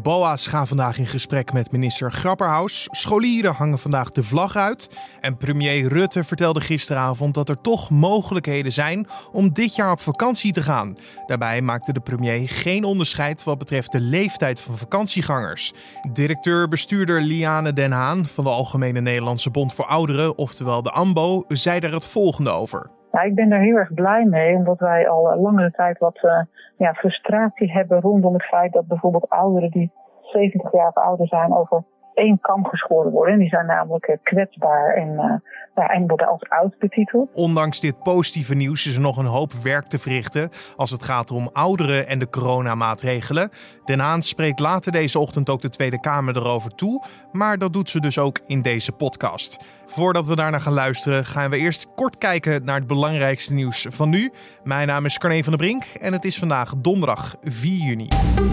BOA's gaan vandaag in gesprek met minister Grapperhaus. Scholieren hangen vandaag de vlag uit. En premier Rutte vertelde gisteravond dat er toch mogelijkheden zijn om dit jaar op vakantie te gaan. Daarbij maakte de premier geen onderscheid wat betreft de leeftijd van vakantiegangers. Directeur-bestuurder Liane Den Haan van de Algemene Nederlandse Bond voor Ouderen, oftewel de ANBO, zei daar het volgende over. Ja, ik ben daar heel erg blij mee, omdat wij al langere tijd wat frustratie hebben rondom het feit dat bijvoorbeeld ouderen die 70 jaar of ouder zijn over één kam geschoren worden. En die zijn namelijk kwetsbaar en worden als oud betiteld. Ondanks dit positieve nieuws is er nog een hoop werk te verrichten als het gaat om ouderen en de coronamaatregelen. Den Haan spreekt later deze ochtend ook de Tweede Kamer erover toe, maar dat doet ze dus ook in deze podcast. Voordat we daarna gaan luisteren, gaan we eerst kort kijken naar het belangrijkste nieuws van nu. Mijn naam is Carne van der Brink en het is vandaag donderdag 4 juni.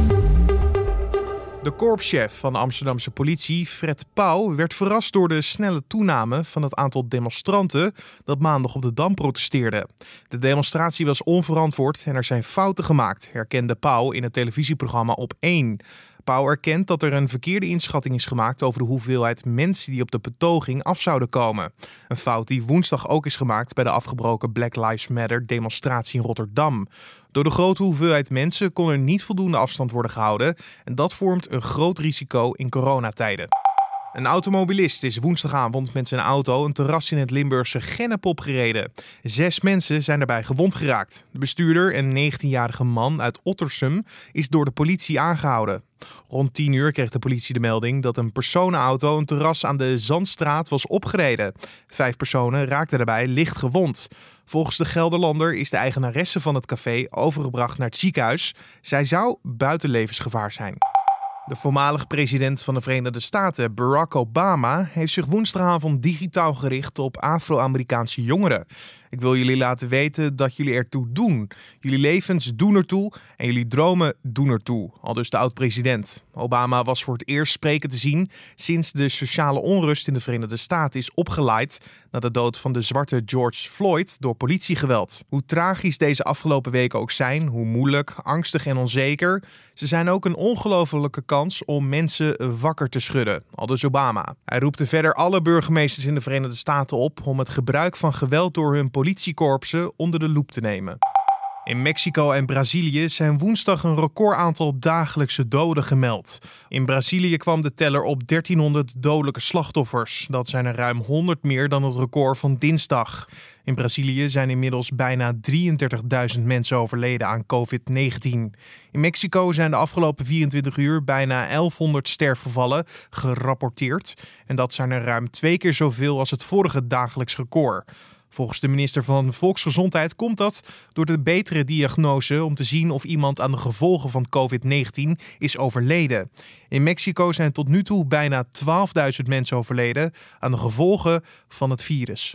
De korpschef van de Amsterdamse politie, Fred Pauw, werd verrast door de snelle toename van het aantal demonstranten dat maandag op de Dam protesteerde. De demonstratie was onverantwoord en er zijn fouten gemaakt, herkende Pauw in het televisieprogramma Op1. Pauw erkent dat er een verkeerde inschatting is gemaakt over de hoeveelheid mensen die op de betoging af zouden komen. Een fout die woensdag ook is gemaakt bij de afgebroken Black Lives Matter demonstratie in Rotterdam. Door de grote hoeveelheid mensen kon er niet voldoende afstand worden gehouden en dat vormt een groot risico in coronatijden. Een automobilist is woensdagavond met zijn auto een terras in het Limburgse Gennep opgereden. 6 mensen zijn daarbij gewond geraakt. De bestuurder, een 19-jarige man uit Ottersum, is door de politie aangehouden. Rond 10 uur kreeg de politie de melding dat een personenauto een terras aan de Zandstraat was opgereden. 5 personen raakten daarbij licht gewond. Volgens de Gelderlander is de eigenaresse van het café overgebracht naar het ziekenhuis. Zij zou buiten levensgevaar zijn. De voormalig president van de Verenigde Staten, Barack Obama, heeft zich woensdagavond digitaal gericht op Afro-Amerikaanse jongeren. Ik wil jullie laten weten dat jullie ertoe doen. Jullie levens doen ertoe en jullie dromen doen ertoe, aldus de oud-president. Obama was voor het eerst spreken te zien sinds de sociale onrust in de Verenigde Staten is opgelaaid na de dood van de zwarte George Floyd door politiegeweld. Hoe tragisch deze afgelopen weken ook zijn, hoe moeilijk, angstig en onzeker, ze zijn ook een ongelofelijke kans om mensen wakker te schudden, aldus Obama. Hij roept verder alle burgemeesters in de Verenigde Staten op om het gebruik van geweld door hun politiekorpsen onder de loep te nemen. In Mexico en Brazilië zijn woensdag een recordaantal dagelijkse doden gemeld. In Brazilië kwam de teller op 1300 dodelijke slachtoffers. Dat zijn er ruim 100 meer dan het record van dinsdag. In Brazilië zijn inmiddels bijna 33.000 mensen overleden aan COVID-19. In Mexico zijn de afgelopen 24 uur bijna 1100 sterfgevallen gerapporteerd. En dat zijn er ruim 2 keer zoveel als het vorige dagelijks record. Volgens de minister van Volksgezondheid komt dat door de betere diagnose om te zien of iemand aan de gevolgen van COVID-19 is overleden. In Mexico zijn tot nu toe bijna 12.000 mensen overleden aan de gevolgen van het virus.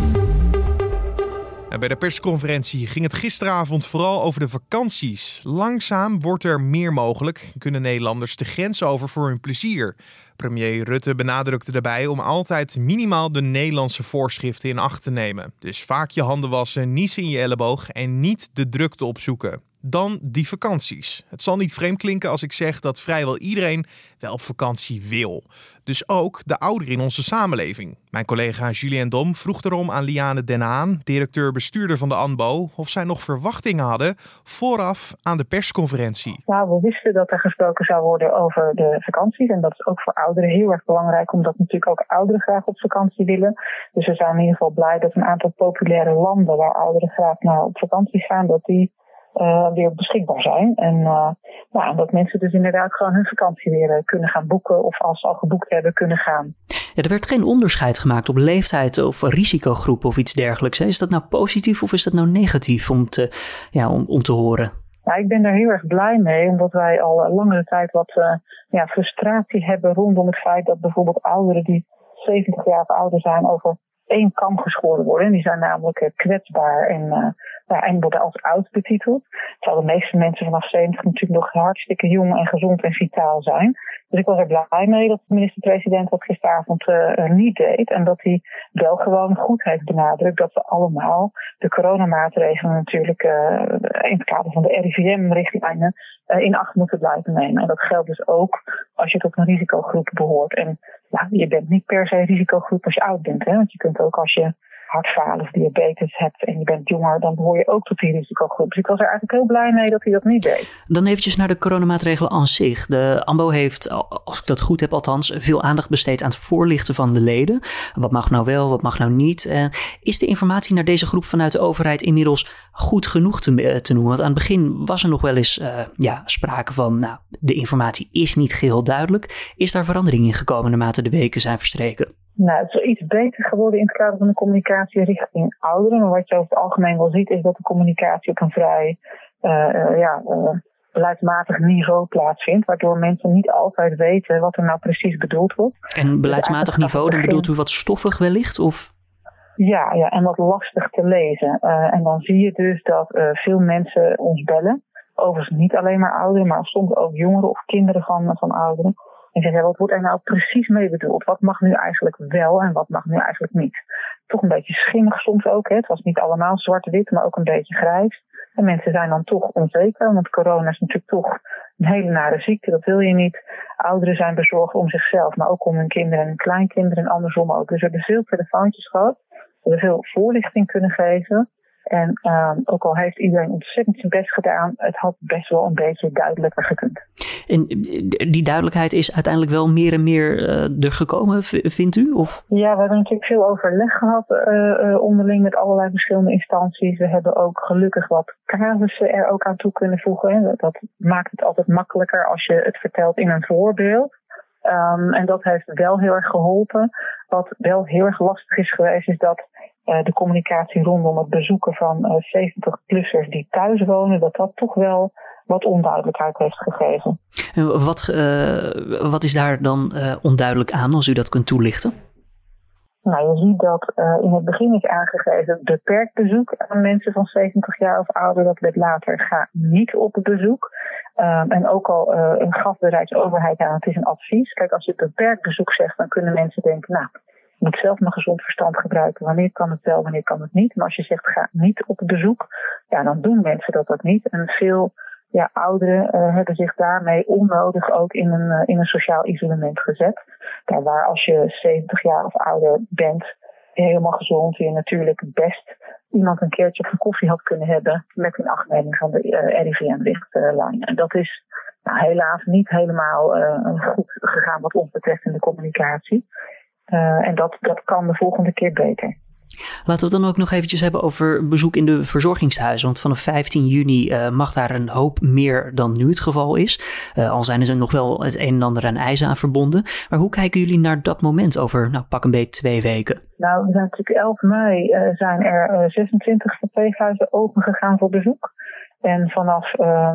Bij de persconferentie ging het gisteravond vooral over de vakanties. Langzaam wordt er meer mogelijk. Kunnen Nederlanders de grens over voor hun plezier. Premier Rutte benadrukte daarbij om altijd minimaal de Nederlandse voorschriften in acht te nemen. Dus vaak je handen wassen, niezen in je elleboog en niet de drukte opzoeken. Dan die vakanties. Het zal niet vreemd klinken als ik zeg dat vrijwel iedereen wel op vakantie wil. Dus ook de ouderen in onze samenleving. Mijn collega Julien Dom vroeg erom aan Liane Den Haan, directeur-bestuurder van de ANBO, of zij nog verwachtingen hadden vooraf aan de persconferentie. Nou, we wisten dat er gesproken zou worden over de vakanties. En dat is ook voor ouderen heel erg belangrijk, omdat natuurlijk ook ouderen graag op vakantie willen. Dus we zijn in ieder geval blij dat een aantal populaire landen waar ouderen graag naar op vakantie gaan, dat die weer beschikbaar zijn. En dat mensen dus inderdaad gewoon hun vakantie weer kunnen gaan boeken of als ze al geboekt hebben kunnen gaan. Ja, er werd geen onderscheid gemaakt op leeftijd of risicogroep of iets dergelijks. Is dat nou positief of is dat nou negatief om te horen? Nou, ik ben daar heel erg blij mee, omdat wij al langere tijd wat frustratie hebben rondom het feit dat bijvoorbeeld ouderen die 70 jaar of ouder zijn over één kam geschoren worden. Die zijn namelijk kwetsbaar en worden als oud betiteld. Terwijl de meeste mensen vanaf 70 natuurlijk nog hartstikke jong en gezond en vitaal zijn. Dus ik was er blij mee dat de minister-president dat gisteravond niet deed. En dat hij wel gewoon goed heeft benadrukt dat we allemaal de coronamaatregelen natuurlijk in het kader van de RIVM-richtlijnen in acht moeten blijven nemen. En dat geldt dus ook als je tot een risicogroep behoort. En je bent niet per se risicogroep als je oud bent. Hè? Want je kunt ook als je hartfalen of diabetes hebt en je bent jonger, dan behoor je ook tot die risicogroep. Dus ik was er eigenlijk heel blij mee dat hij dat niet deed. Dan eventjes naar de coronamaatregelen aan zich. De AMBO heeft, als ik dat goed heb althans, veel aandacht besteed aan het voorlichten van de leden. Wat mag nou wel, wat mag nou niet? Is de informatie naar deze groep vanuit de overheid inmiddels goed genoeg te noemen? Want aan het begin was er nog wel eens sprake van, de informatie is niet geheel duidelijk. Is daar verandering in gekomen naarmate de weken zijn verstreken? Nou, het is wel iets beter geworden in het kader van de communicatie richting ouderen. Maar wat je over het algemeen wel ziet, is dat de communicatie op een vrij beleidsmatig niveau plaatsvindt. Waardoor mensen niet altijd weten wat er nou precies bedoeld wordt. En beleidsmatig niveau, dan bedoelt u wat stoffig wellicht? Of? Ja, en wat lastig te lezen. En dan zie je dus dat veel mensen ons bellen. Overigens niet alleen maar ouderen, maar soms ook jongeren of kinderen van ouderen. En zeggen, wat wordt er nou precies mee bedoeld? Wat mag nu eigenlijk wel en wat mag nu eigenlijk niet? Toch een beetje schimmig soms ook. Hè? Het was niet allemaal zwart-wit, maar ook een beetje grijs. En mensen zijn dan toch onzeker, want corona is natuurlijk toch een hele nare ziekte. Dat wil je niet. Ouderen zijn bezorgd om zichzelf, maar ook om hun kinderen en kleinkinderen en andersom ook. Dus we hebben veel telefoontjes gehad. We hebben veel voorlichting kunnen geven. En ook al heeft iedereen ontzettend zijn best gedaan, het had best wel een beetje duidelijker gekund. En die duidelijkheid is uiteindelijk wel meer en meer er gekomen, vindt u? Of? Ja, we hebben natuurlijk veel overleg gehad onderling met allerlei verschillende instanties. We hebben ook gelukkig wat casussen er ook aan toe kunnen voegen. Dat maakt het altijd makkelijker als je het vertelt in een voorbeeld. En dat heeft wel heel erg geholpen. Wat wel heel erg lastig is geweest, is dat de communicatie rondom het bezoeken van 70-plussers die thuis wonen, dat toch wel wat onduidelijkheid heeft gegeven. En wat is daar dan onduidelijk aan, als u dat kunt toelichten? Nou, je ziet dat in het begin is aangegeven beperkt bezoek aan mensen van 70 jaar of ouder. Dat werd later, ga niet op bezoek. En ook al gaf de Rijksoverheid aan, het is een advies. Kijk, als je beperkt bezoek zegt, dan kunnen mensen denken, je moet zelf maar gezond verstand gebruiken. Wanneer kan het wel, wanneer kan het niet. Maar als je zegt, ga niet op bezoek, dan doen mensen dat ook niet. En veel ouderen hebben zich daarmee onnodig ook in een sociaal isolement gezet. Waar als je 70 jaar of ouder bent, helemaal gezond, je natuurlijk best iemand een keertje op een koffie had kunnen hebben met een achtneming van de RIVM-richtlijn. En dat is helaas niet helemaal goed gegaan wat ons betreft in de communicatie. En dat kan de volgende keer beter. Laten we het dan ook nog eventjes hebben over bezoek in de verzorgingshuizen. Want vanaf 15 juni mag daar een hoop meer dan nu het geval is. Al zijn er nog wel het een en ander aan eisen aan verbonden. Maar hoe kijken jullie naar dat moment over pak een beetje 2 weken? Nou, we zijn natuurlijk 11 mei zijn er 26 verpleeghuizen open gegaan voor bezoek. En vanaf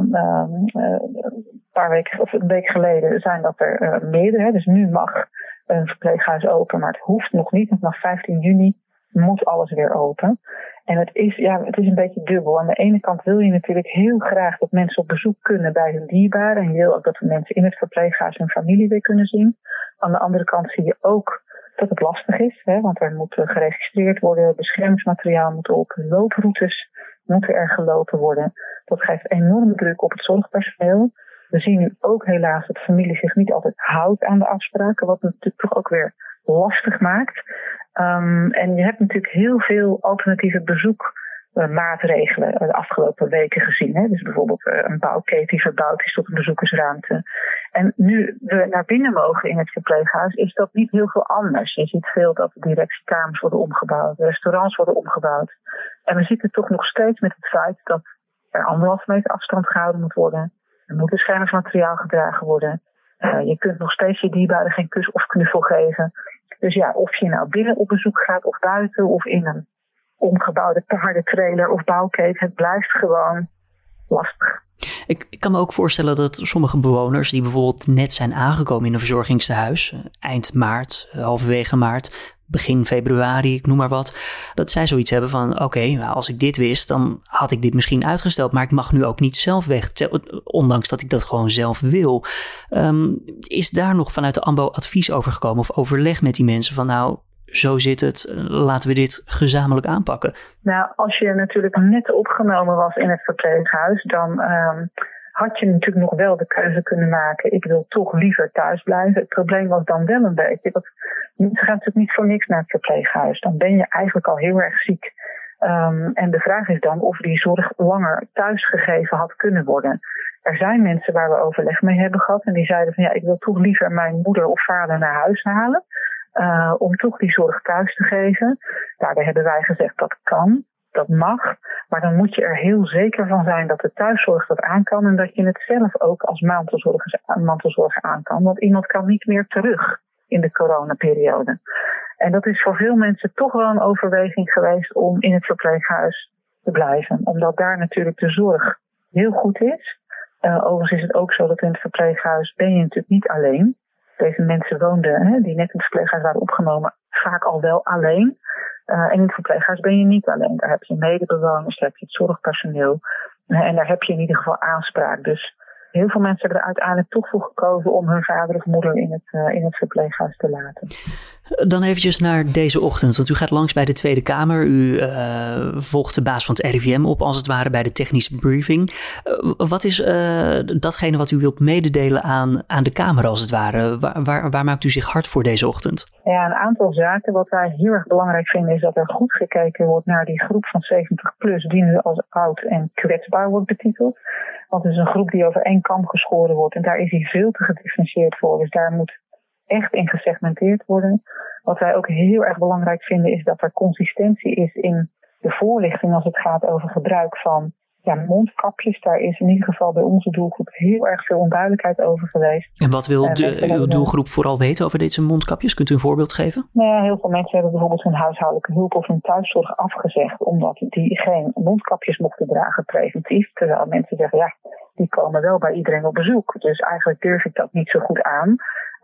een week geleden zijn dat er meerdere. Dus nu mag een verpleeghuis open, maar het hoeft nog niet. Want vanaf 15 juni moet alles weer open. En het is een beetje dubbel. Aan de ene kant wil je natuurlijk heel graag dat mensen op bezoek kunnen bij hun dierbaren. En je wil ook dat de mensen in het verpleeghuis hun familie weer kunnen zien. Aan de andere kant zie je ook dat het lastig is. Want er moet geregistreerd worden, beschermingsmateriaal moet op, looproutes moeten er gelopen worden. Dat geeft enorme druk op het zorgpersoneel. We zien nu ook helaas dat de familie zich niet altijd houdt aan de afspraken, wat het natuurlijk toch ook weer lastig maakt. En je hebt natuurlijk heel veel alternatieve bezoekmaatregelen de afgelopen weken gezien. Hè? Dus bijvoorbeeld een bouwketen die verbouwd is tot een bezoekersruimte. En nu we naar binnen mogen in het verpleeghuis, is dat niet heel veel anders. Je ziet veel dat directiekamers worden omgebouwd, restaurants worden omgebouwd. En we zitten toch nog steeds met het feit dat er 1,5 meter afstand gehouden moet worden. Er moet beschermingsmateriaal gedragen worden. Je kunt nog steeds je dierbaren geen kus of knuffel geven. Dus of je nou binnen op bezoek gaat of buiten of in een omgebouwde paardentrailer of bouwketen, het blijft gewoon lastig. Ik kan me ook voorstellen dat sommige bewoners die bijvoorbeeld net zijn aangekomen in een verzorgingstehuis, eind maart, halverwege maart, begin februari, ik noem maar wat, dat zij zoiets hebben van oké, als ik dit wist, dan had ik dit misschien uitgesteld, maar ik mag nu ook niet zelf weg, ondanks dat ik dat gewoon zelf wil. Is daar nog vanuit de AMBO advies over gekomen of overleg met die mensen van nou, zo zit het, laten we dit gezamenlijk aanpakken? Nou, als je natuurlijk net opgenomen was in het verpleeghuis, dan had je natuurlijk nog wel de keuze kunnen maken. Ik wil toch liever thuis blijven. Het probleem was dan wel een beetje dat mensen gaan natuurlijk niet voor niks naar het verpleeghuis. Dan ben je eigenlijk al heel erg ziek. En de vraag is dan of die zorg langer thuis gegeven had kunnen worden. Er zijn mensen waar we overleg mee hebben gehad en die zeiden van ja, ik wil toch liever mijn moeder of vader naar huis halen. Om toch die zorg thuis te geven. Daarbij hebben wij gezegd dat kan, dat mag. Maar dan moet je er heel zeker van zijn dat de thuiszorg dat aan kan. En dat je het zelf ook als mantelzorger aan kan. Want iemand kan niet meer terug in de coronaperiode. En dat is voor veel mensen toch wel een overweging geweest om in het verpleeghuis te blijven. Omdat daar natuurlijk de zorg heel goed is. Overigens is het ook zo dat in het verpleeghuis ben je natuurlijk niet alleen. Deze mensen woonden, die net in het verpleeghuis waren opgenomen, vaak al wel alleen. En in het verpleeghuis ben je niet alleen. Daar heb je medebewoners, daar heb je het zorgpersoneel. En daar heb je in ieder geval aanspraak. Dus heel veel mensen hebben er uiteindelijk toch voor gekozen om hun vader of moeder in het verpleeghuis te laten. Dan eventjes naar deze ochtend, want u gaat langs bij de Tweede Kamer. U volgt de baas van het RIVM op, als het ware, bij de technische briefing. Wat is datgene wat u wilt mededelen aan de Kamer, als het ware? Waar maakt u zich hard voor deze ochtend? Ja, een aantal zaken. Wat wij heel erg belangrijk vinden is dat er goed gekeken wordt naar die groep van 70+ die nu als oud en kwetsbaar wordt betiteld. Want het is een groep die over één kam geschoren wordt en daar is hij veel te gedifferentieerd voor. Dus daar moet echt in gesegmenteerd worden. Wat wij ook heel erg belangrijk vinden is dat er consistentie is in de voorlichting als het gaat over gebruik van mondkapjes. Daar is in ieder geval bij onze doelgroep heel erg veel onduidelijkheid over geweest. En wat wil uw doelgroep vooral weten over deze mondkapjes? Kunt u een voorbeeld geven? Nou ja, heel veel mensen hebben bijvoorbeeld hun huishoudelijke hulp of hun thuiszorg afgezegd omdat die geen mondkapjes mochten dragen preventief. Terwijl mensen zeggen, ja, die komen wel bij iedereen op bezoek. Dus eigenlijk durf ik dat niet zo goed aan.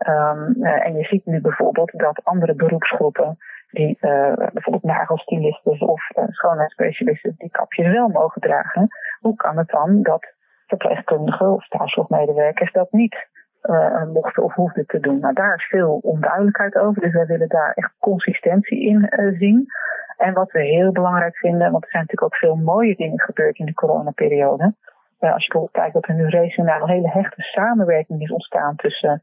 En je ziet nu bijvoorbeeld dat andere beroepsgroepen die bijvoorbeeld nagelstylisten of schoonheidsspecialisten die kapjes wel mogen dragen. Hoe kan het dan dat verpleegkundigen of thuiszorgmedewerkers dat niet mochten of hoefden te doen? Nou, daar is veel onduidelijkheid over, dus wij willen daar echt consistentie in zien. En wat we heel belangrijk vinden, want er zijn natuurlijk ook veel mooie dingen gebeurd in de coronaperiode. Als je bijvoorbeeld kijkt dat er nu regionaal een hele hechte samenwerking is ontstaan tussen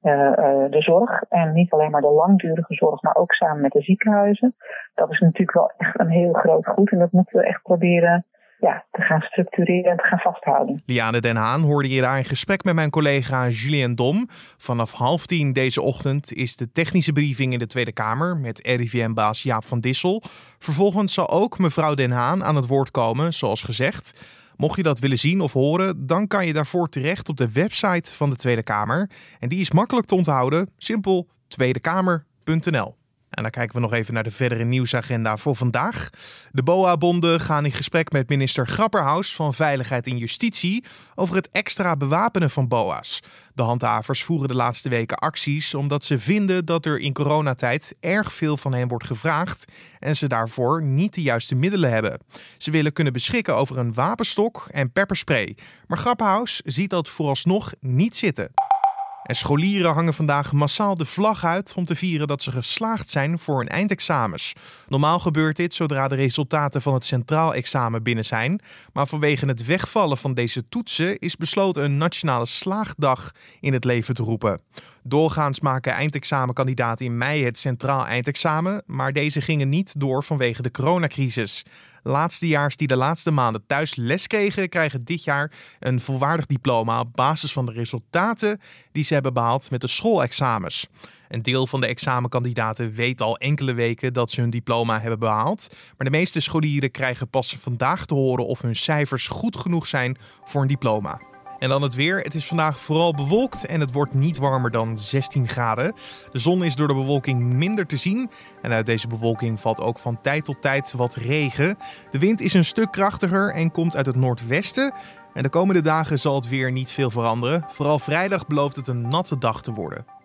de zorg en niet alleen maar de langdurige zorg, maar ook samen met de ziekenhuizen. Dat is natuurlijk wel echt een heel groot goed en dat moeten we echt proberen te gaan structureren en te gaan vasthouden. Liane Den Haan hoorde je daar in gesprek met mijn collega Julien Dom. Vanaf 9:30 deze ochtend is de technische briefing in de Tweede Kamer met RIVM-baas Jaap van Dissel. Vervolgens zal ook mevrouw Den Haan aan het woord komen, zoals gezegd. Mocht je dat willen zien of horen, dan kan je daarvoor terecht op de website van de Tweede Kamer. En die is makkelijk te onthouden, simpel tweedekamer.nl. En dan kijken we nog even naar de verdere nieuwsagenda voor vandaag. De BOA-bonden gaan in gesprek met minister Grapperhaus van Veiligheid en Justitie over het extra bewapenen van BOA's. De handhavers voeren de laatste weken acties omdat ze vinden dat er in coronatijd erg veel van hen wordt gevraagd en ze daarvoor niet de juiste middelen hebben. Ze willen kunnen beschikken over een wapenstok en pepperspray. Maar Grapperhaus ziet dat vooralsnog niet zitten. En scholieren hangen vandaag massaal de vlag uit om te vieren dat ze geslaagd zijn voor hun eindexamens. Normaal gebeurt dit zodra de resultaten van het centraal examen binnen zijn. Maar vanwege het wegvallen van deze toetsen is besloten een nationale slaagdag in het leven te roepen. Doorgaans maken eindexamenkandidaten in mei het centraal eindexamen, maar deze gingen niet door vanwege de coronacrisis. Laatstejaars die de laatste maanden thuis les kregen, krijgen dit jaar een volwaardig diploma op basis van de resultaten die ze hebben behaald met de schoolexamens. Een deel van de examenkandidaten weet al enkele weken dat ze hun diploma hebben behaald, maar de meeste scholieren krijgen pas vandaag te horen of hun cijfers goed genoeg zijn voor een diploma. En dan het weer. Het is vandaag vooral bewolkt en het wordt niet warmer dan 16 graden. De zon is door de bewolking minder te zien. En uit deze bewolking valt ook van tijd tot tijd wat regen. De wind is een stuk krachtiger en komt uit het noordwesten. En de komende dagen zal het weer niet veel veranderen. Vooral vrijdag belooft het een natte dag te worden.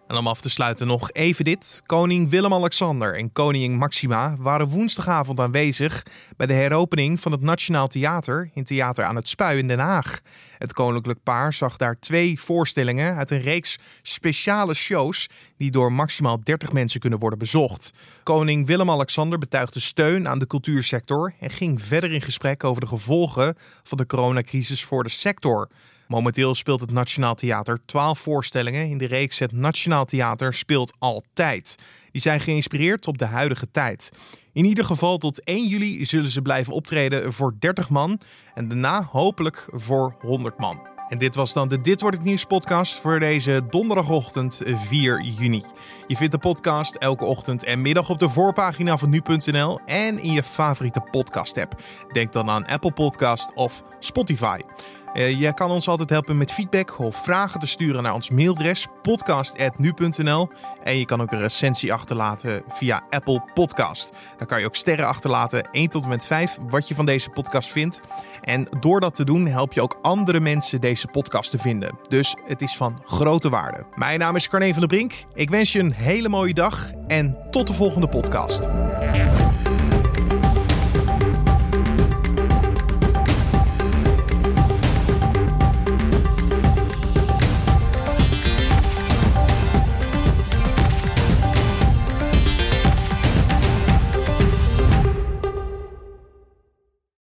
En om af te sluiten nog even dit. Koning Willem-Alexander en koningin Maxima waren woensdagavond aanwezig bij de heropening van het Nationaal Theater in Theater aan het Spui in Den Haag. Het koninklijk paar zag daar 2 voorstellingen uit een reeks speciale shows die door maximaal 30 mensen kunnen worden bezocht. Koning Willem-Alexander betuigde steun aan de cultuursector en ging verder in gesprek over de gevolgen van de coronacrisis voor de sector. Momenteel speelt het Nationaal Theater 12 voorstellingen in de reeks Het Nationaal Theater speelt altijd. Die zijn geïnspireerd op de huidige tijd. In ieder geval tot 1 juli zullen ze blijven optreden voor 30 man en daarna hopelijk voor 100 man. En dit was dan de Dit Wordt Het Nieuws podcast voor deze donderdagochtend 4 juni. Je vindt de podcast elke ochtend en middag op de voorpagina van nu.nl en in je favoriete podcast app. Denk dan aan Apple Podcast of Spotify. Je kan ons altijd helpen met feedback of vragen te sturen naar ons mailadres podcast@nu.nl. En je kan ook een recensie achterlaten via Apple Podcast. Dan kan je ook sterren achterlaten, 1 tot en met 5, wat je van deze podcast vindt. En door dat te doen help je ook andere mensen deze podcast te vinden. Dus het is van grote waarde. Mijn naam is Carne van der Brink. Ik wens je een hele mooie dag en tot de volgende podcast.